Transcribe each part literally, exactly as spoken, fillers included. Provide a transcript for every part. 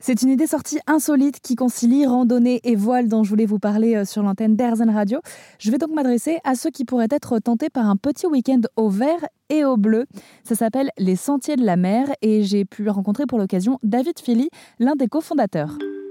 C'est une idée sortie insolite qui concilie randonnée et voile dont je voulais vous parler sur l'antenne d'Airzen Radio. Je vais donc m'adresser à ceux qui pourraient être tentés par un petit week-end au vert et au bleu. Ça s'appelle les Sentiers de la Mer et j'ai pu rencontrer pour l'occasion David Philly, l'un des cofondateurs.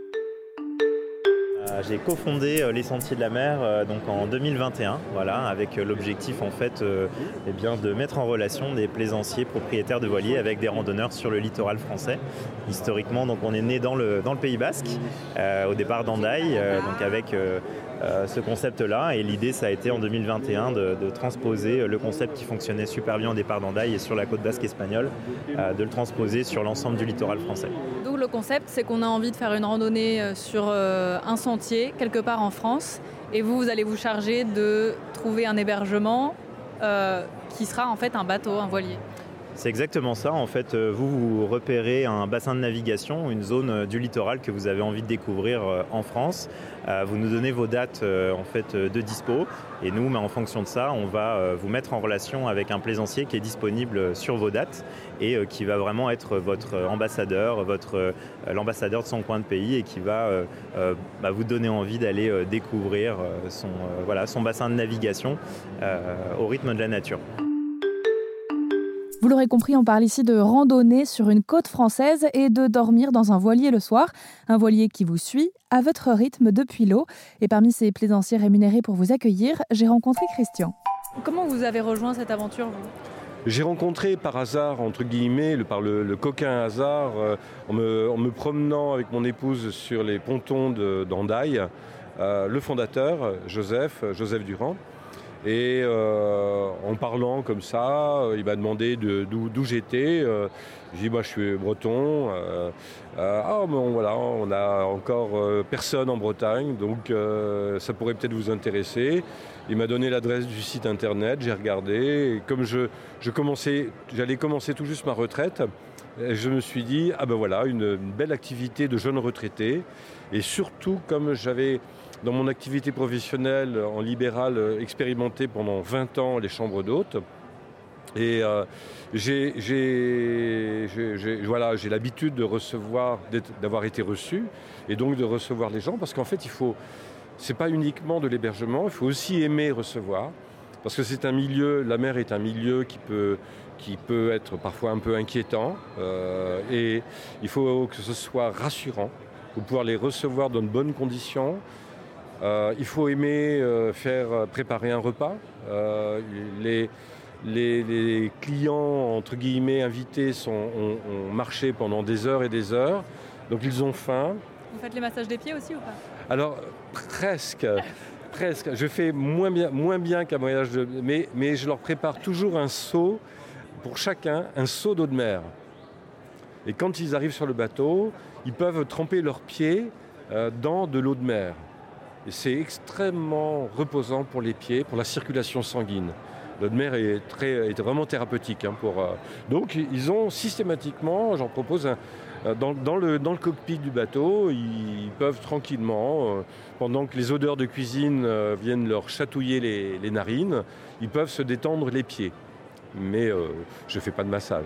J'ai cofondé les Sentiers de la Mer euh, donc en deux mille vingt et un, voilà, avec l'objectif en fait euh, eh bien, de mettre en relation des plaisanciers propriétaires de voiliers avec des randonneurs sur le littoral français. Historiquement, donc, on est né dans le, dans le Pays Basque, euh, au départ d'Hendaye, euh, donc avec euh, euh, ce concept-là. Et l'idée, ça a été en deux mille vingt et un de, de transposer le concept qui fonctionnait super bien au départ d'Hendaye et sur la côte basque espagnole, euh, de le transposer sur l'ensemble du littoral français. Donc le concept, c'est qu'on a envie de faire une randonnée sur euh, un sentier, quelque part en France, et vous, vous allez vous charger de trouver un hébergement euh, qui sera en fait un bateau, un voilier. C'est exactement ça. En fait, vous, vous repérez un bassin de navigation, une zone du littoral que vous avez envie de découvrir en France. Vous nous donnez vos dates en fait, de dispo. Et nous, en fonction de ça, on va vous mettre en relation avec un plaisancier qui est disponible sur vos dates et qui va vraiment être votre ambassadeur, votre, l'ambassadeur de son coin de pays et qui va euh, bah, vous donner envie d'aller découvrir son, euh, voilà, son bassin de navigation euh, au rythme de la nature. Vous l'aurez compris, on parle ici de randonnée sur une côte française et de dormir dans un voilier le soir. Un voilier qui vous suit à votre rythme depuis l'eau. Et parmi ces plaisanciers rémunérés pour vous accueillir, j'ai rencontré Christian. Comment vous avez rejoint cette aventure, vous ? J'ai rencontré par hasard, entre guillemets, le, par le, le coquin hasard, euh, en, me, en me promenant avec mon épouse sur les pontons de, d'Hendaye, euh, le fondateur, Joseph, Joseph Durand. Et euh, en parlant comme ça, euh, il m'a demandé de, d'où, d'où j'étais. Euh, j'ai dit, moi, je suis breton. Euh, euh, ah, bon, voilà, on a encore euh, personne en Bretagne, donc euh, ça pourrait peut-être vous intéresser. Il m'a donné l'adresse du site internet, j'ai regardé. Et comme je, je commençais, j'allais commencer tout juste ma retraite, je me suis dit, ah ben voilà, une, une belle activité de jeune retraité. Et surtout, comme j'avais... dans mon activité professionnelle en libéral, expérimenté pendant vingt ans les chambres d'hôtes. Et euh, j'ai, j'ai, j'ai, j'ai, voilà, j'ai l'habitude de recevoir, d'avoir été reçu, et donc de recevoir les gens, parce qu'en fait, il faut, c'est pas uniquement de l'hébergement, il faut aussi aimer recevoir, parce que c'est un milieu, la mer est un milieu qui peut, qui peut être parfois un peu inquiétant, euh, et il faut que ce soit rassurant, pour pouvoir les recevoir dans de bonnes conditions. Euh, il faut aimer euh, faire préparer un repas. Euh, les, les, les clients, entre guillemets, invités sont, ont, ont marché pendant des heures et des heures, donc ils ont faim. Vous faites les massages des pieds aussi ou pas ? Alors, presque, presque. Je fais moins bien, moins bien qu'un voyage de... Mais, mais je leur prépare toujours un seau, pour chacun, un seau d'eau de mer. Et quand ils arrivent sur le bateau, ils peuvent tremper leurs pieds euh, dans de l'eau de mer. Et c'est extrêmement reposant pour les pieds, pour la circulation sanguine. L'eau de mer est, très, est vraiment thérapeutique. Hein, pour, euh... Donc ils ont systématiquement, j'en propose, un, euh, dans, dans, le, dans le cockpit du bateau, ils peuvent tranquillement, euh, pendant que les odeurs de cuisine euh, viennent leur chatouiller les, les narines, ils peuvent se détendre les pieds. Mais euh, je ne fais pas de massage.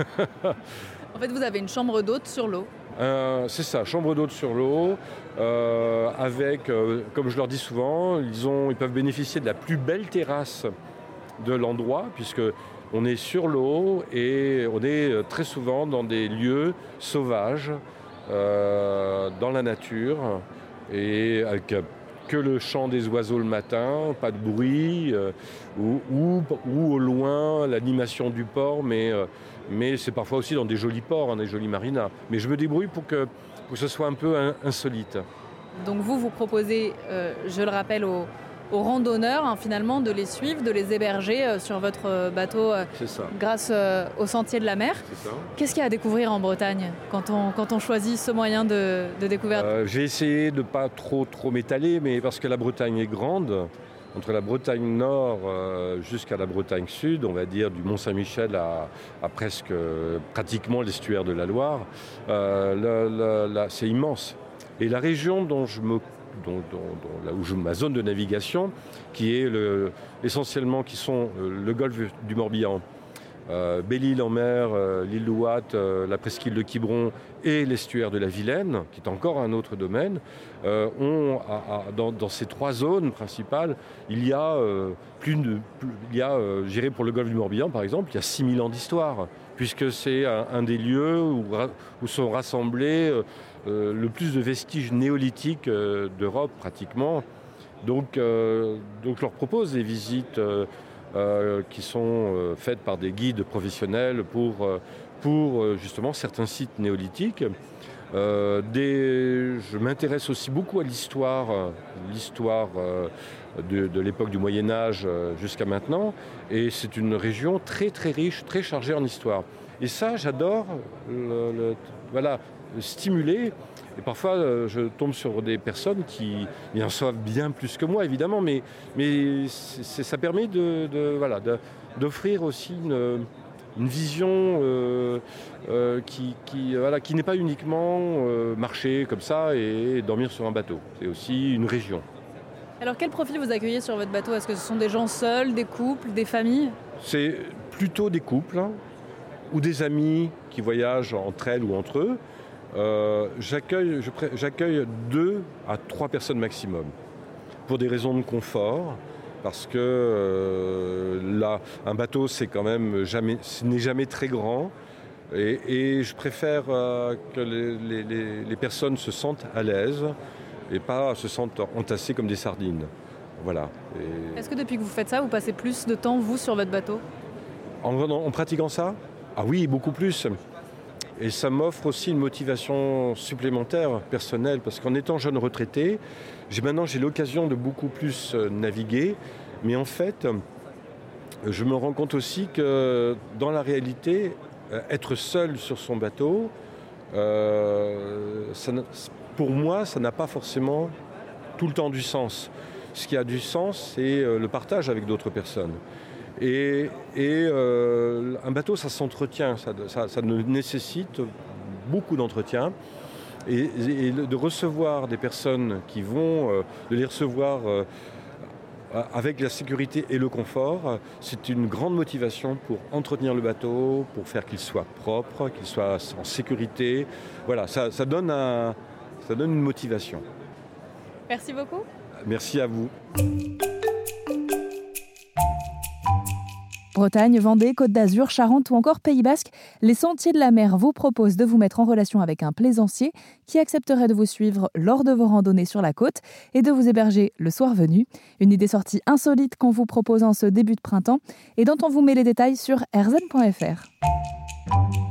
En fait, vous avez une chambre d'hôte sur l'eau. Euh, c'est ça, chambre d'hôte sur l'eau, euh, avec, euh, comme je leur dis souvent, ils, ont, ils peuvent bénéficier de la plus belle terrasse de l'endroit, puisqu'on est sur l'eau et on est très souvent dans des lieux sauvages, euh, dans la nature, et avec que le chant des oiseaux le matin, pas de bruit, euh, ou, ou, ou au loin l'animation du port, mais... Euh, mais c'est parfois aussi dans des jolis ports, hein, des jolis marinas. Mais je me débrouille pour que, pour que ce soit un peu un, insolite. Donc vous, vous proposez, euh, je le rappelle, aux, aux randonneurs, hein, finalement, de les suivre, de les héberger euh, sur votre bateau euh, grâce euh, au Sentier de la Mer. C'est ça. Qu'est-ce qu'il y a à découvrir en Bretagne quand on, quand on choisit ce moyen de, de découverte ? euh, J'ai essayé de ne pas trop, trop m'étaler, mais parce que la Bretagne est grande. Entre la Bretagne Nord euh, jusqu'à la Bretagne Sud, on va dire du Mont-Saint-Michel à, à presque euh, pratiquement l'estuaire de la Loire, euh, là, là, là, c'est immense. Et la région dont je me, dont, dont, dont, là où je, ma zone de navigation, qui est le, essentiellement qui sont euh, le golfe du Morbihan, Euh, Belle-Île-en-Mer, euh, l'île de Ouate, euh, la presqu'île de Quiberon et l'estuaire de la Vilaine, qui est encore un autre domaine, euh, ont, à, à, dans, dans ces trois zones principales, il y a, euh, plus de, plus, il y a euh, j'irai pour le golfe du Morbihan par exemple, il y a six mille ans d'histoire, puisque c'est un, un des lieux où, où sont rassemblés euh, euh, le plus de vestiges néolithiques euh, d'Europe pratiquement. Donc, euh, donc je leur propose des visites euh, Euh, qui sont euh, faites par des guides professionnels pour, euh, pour euh, justement certains sites néolithiques. Euh, des, je m'intéresse aussi beaucoup à l'histoire, euh, l'histoire euh, de, de l'époque du Moyen-Âge euh, jusqu'à maintenant. Et c'est une région très très riche, très chargée en histoire. Et ça, j'adore le, le, voilà, stimuler. Et parfois, euh, je tombe sur des personnes qui en savent bien plus que moi, évidemment, mais, mais c'est, ça permet de, de, voilà, de, d'offrir aussi une, une vision euh, euh, qui, qui, voilà, qui n'est pas uniquement euh, marcher comme ça et, et dormir sur un bateau. C'est aussi une région. Alors, quel profil vous accueillez sur votre bateau ? Est-ce que ce sont des gens seuls, des couples, des familles ? C'est plutôt des couples hein, ou des amis qui voyagent entre elles ou entre eux. Euh, j'accueille, je, j'accueille deux à trois personnes maximum pour des raisons de confort parce que euh, là, un bateau c'est quand même jamais, ce n'est jamais très grand et, et je préfère euh, que les, les, les personnes se sentent à l'aise et pas se sentent entassées comme des sardines. Voilà. Et... Est-ce que depuis que vous faites ça, vous passez plus de temps vous sur votre bateau ? en, en, en pratiquant ça ? Ah oui, beaucoup plus. Et ça m'offre aussi une motivation supplémentaire, personnelle, parce qu'en étant jeune retraité, j'ai, maintenant j'ai l'occasion de beaucoup plus naviguer. Mais en fait, je me rends compte aussi que dans la réalité, être seul sur son bateau, euh, ça, pour moi, ça n'a pas forcément tout le temps du sens. Ce qui a du sens, c'est le partage avec d'autres personnes. Et, et euh, un bateau, ça s'entretient, ça, ça, ça nécessite beaucoup d'entretien. Et, et de recevoir des personnes qui vont, euh, de les recevoir euh, avec la sécurité et le confort, c'est une grande motivation pour entretenir le bateau, pour faire qu'il soit propre, qu'il soit en sécurité. Voilà, ça, ça, donne, un, ça donne une motivation. Merci beaucoup. Merci à vous. Bretagne, Vendée, Côte d'Azur, Charente ou encore Pays Basque, les Sentiers de la Mer vous proposent de vous mettre en relation avec un plaisancier qui accepterait de vous suivre lors de vos randonnées sur la côte et de vous héberger le soir venu. Une idée sortie insolite qu'on vous propose en ce début de printemps et dont on vous met les détails sur r z point f r.